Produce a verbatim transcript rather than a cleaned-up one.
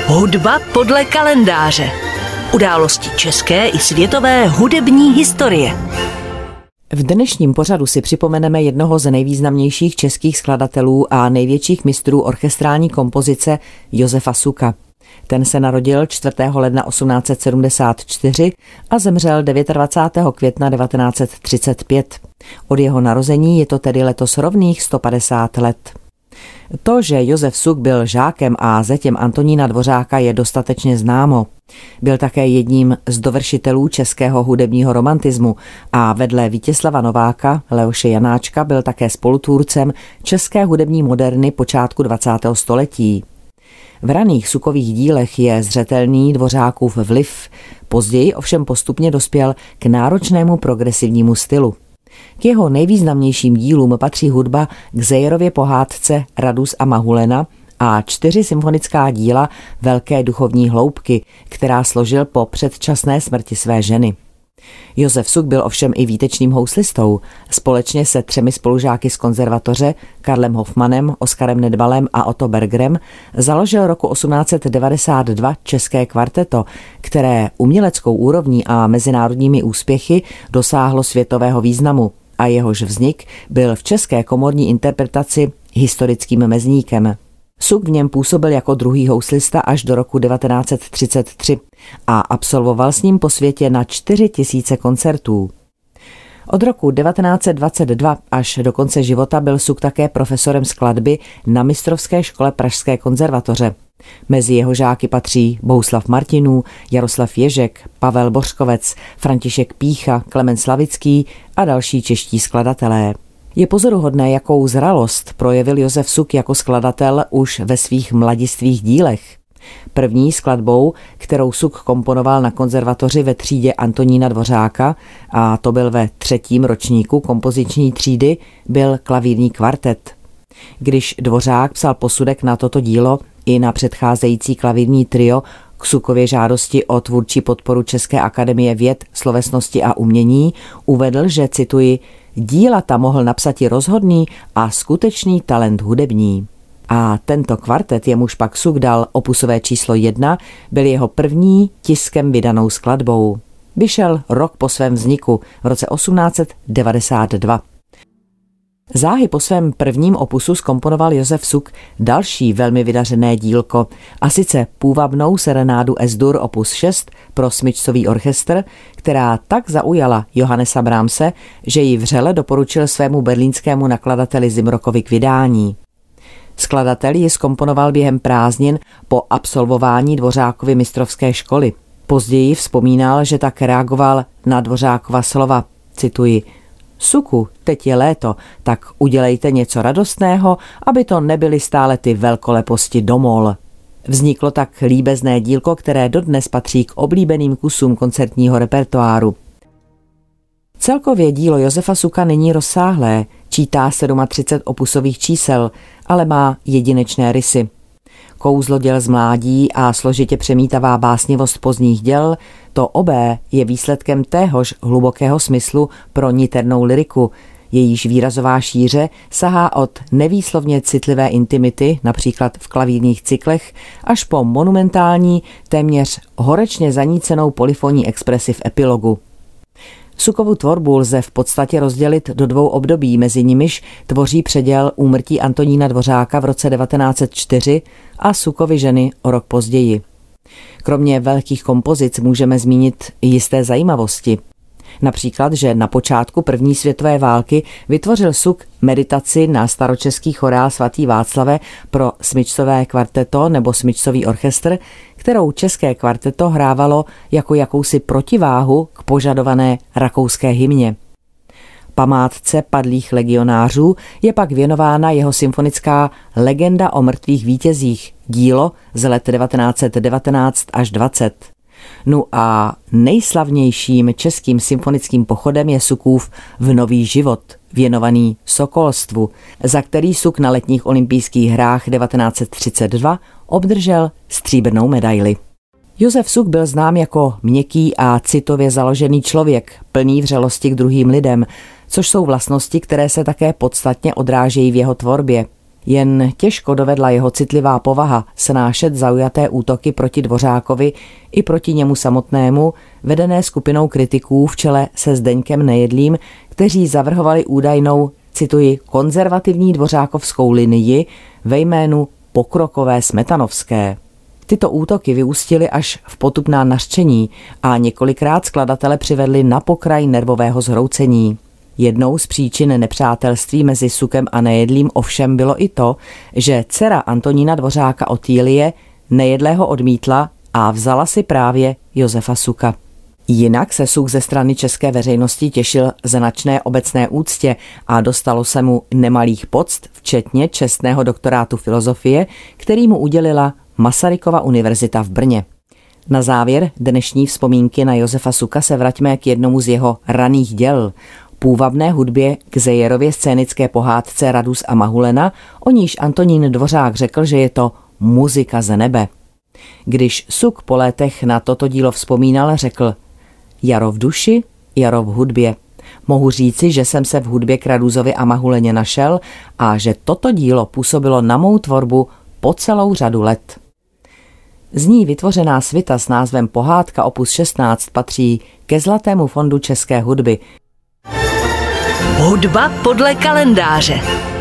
Hudba podle kalendáře. Události české i světové hudební historie. V dnešním pořadu si připomeneme jednoho z nejvýznamnějších českých skladatelů a největších mistrů orchestrální kompozice Josefa Suka. Ten se narodil čtvrtého ledna osmnáct set sedmdesát čtyři a zemřel dvacátého devátého května devatenáct set třicet pět. Od jeho narození je to tedy letos rovných sto padesát let. To, že Josef Suk byl žákem a zetěm Antonína Dvořáka, je dostatečně známo. Byl také jedním z dovršitelů českého hudebního romantismu a vedle Vítězslava Nováka, Leoše Janáčka byl také spolutvůrcem české hudební moderny počátku dvacátého století. V raných Sukových dílech je zřetelný Dvořákův vliv, později ovšem postupně dospěl k náročnému progresivnímu stylu. K jeho nejvýznamnějším dílům patří hudba k Zejerově pohádce Radus a Mahulena a čtyři symfonická díla velké duchovní hloubky, která složil po předčasné smrti své ženy. Josef Suk byl ovšem i výtečným houslistou. Společně se třemi spolužáky z konzervatoře, Karlem Hofmanem, Oskarem Nedbalem a Otto Bergerem, založil roku osmnáct set devadesát dva České kvarteto, které uměleckou úrovní a mezinárodními úspěchy dosáhlo světového významu a jehož vznik byl v české komorní interpretaci historickým mezníkem. Suk v něm působil jako druhý houslista až do roku devatenáct set třicet tři a absolvoval s ním po světě na čtyři tisíce koncertů. Od roku devatenáct set dvacet dva až do konce života byl Suk také profesorem skladby na mistrovské škole Pražské konzervatoře. Mezi jeho žáky patří Bohuslav Martinů, Jaroslav Ježek, Pavel Bořkovec, František Pícha, Klement Slavický a další čeští skladatelé. Je pozoruhodné, jakou zralost projevil Josef Suk jako skladatel už ve svých mladistvých dílech. První skladbou, kterou Suk komponoval na konzervatoři ve třídě Antonína Dvořáka, a to byl ve třetím ročníku kompoziční třídy, byl klavírní kvartet. Když Dvořák psal posudek na toto dílo i na předcházející klavírní trio k Sukově žádosti o tvůrčí podporu České akademie věd, slovesnosti a umění, uvedl, že, cituji, díla ta mohl napsat i rozhodný a skutečný talent hudební. A tento kvartet, jemuž pak Suk dal opusové číslo jedna, byl jeho první tiskem vydanou skladbou. Vyšel rok po svém vzniku v roce osmnáct set devadesát dva. Záhy po svém prvním opusu zkomponoval Josef Suk další velmi vydařené dílko, a sice půvabnou serenádu Es-dur opus šest pro smyčcový orchestr, která tak zaujala Johannesa Brahmse, že ji vřele doporučil svému berlínskému nakladateli Zimrokovi k vydání. Skladatel ji zkomponoval během prázdnin po absolvování Dvořákovy mistrovské školy. Později vzpomínal, že tak reagoval na Dvořákova slova, cituji, Suku, teď je léto, tak udělejte něco radostného, aby to nebyly stále ty velkoleposti domol. Vzniklo tak líbezné dílko, které dodnes patří k oblíbeným kusům koncertního repertoáru. Celkově dílo Josefa Suka není rozsáhlé, čítá třicet sedm opusových čísel, ale má jedinečné rysy. Kouzlo děl z mládí a složitě přemítavá básnivost pozdních děl, to obé je výsledkem téhož hlubokého smyslu pro niternou lyriku, jejíž výrazová šíře sahá od nevýslovně citlivé intimity, například v klavírních cyklech, až po monumentální, téměř horečně zanícenou polyfonní expresi v epilogu. Sukovu tvorbu lze v podstatě rozdělit do dvou období, mezi nimiž tvoří předěl úmrtí Antonína Dvořáka v roce devatenáct set čtyři a Sukovy ženy o rok později. Kromě velkých kompozic můžeme zmínit i jisté zajímavosti. Například, že na počátku první světové války vytvořil Suk meditaci na staročeský chorál svatý Václave pro smyčcové kvarteto nebo smyčcový orchestr, kterou české kvarteto hrávalo jako jakousi protiváhu k požadované rakouské hymně. Památce padlých legionářů je pak věnována jeho symfonická Legenda o mrtvých vítězích, dílo z let devatenáct set devatenáct až dvacet. No a nejslavnějším českým symfonickým pochodem je Sukův V nový život, věnovaný sokolstvu, za který Suk na letních olympijských hrách devatenáct set třicet dva obdržel stříbrnou medaili. Josef Suk byl znám jako měkký a citově založený člověk, plný vřelosti k druhým lidem, což jsou vlastnosti, které se také podstatně odrážejí v jeho tvorbě. Jen těžko dovedla jeho citlivá povaha snášet zaujaté útoky proti Dvořákovi i proti němu samotnému, vedené skupinou kritiků v čele se Zdeňkem Nejedlým, kteří zavrhovali údajnou, cituji, konzervativní dvořákovskou linii ve jménu pokrokové smetanovské. Tyto útoky vyústily až v potupná nařčení a několikrát skladatele přivedly na pokraj nervového zhroucení. Jednou z příčin nepřátelství mezi Sukem a Nejedlým ovšem bylo i to, že dcera Antonína Dvořáka Otýlie Nejedlého odmítla a vzala si právě Josefa Suka. Jinak se Suk ze strany české veřejnosti těšil značné obecné úctě a dostalo se mu nemalých poct, včetně čestného doktorátu filozofie, který mu udělila Masarykova univerzita v Brně. Na závěr dnešní vzpomínky na Josefa Suka se vraťme k jednomu z jeho raných děl, půvabné hudbě k Zejerově scénické pohádce Radus a Mahulena, o níž Antonín Dvořák řekl, že je to muzika ze nebe. Když Suk po létech na toto dílo vzpomínal, řekl: jaro v duši, jaro v hudbě. Mohu říci, že jsem se v hudbě k Radusovi a Mahuleně našel a že toto dílo působilo na mou tvorbu po celou řadu let. Z ní vytvořená svita s názvem Pohádka opus šestnáct patří ke Zlatému fondu české hudby. Hudba podle kalendáře.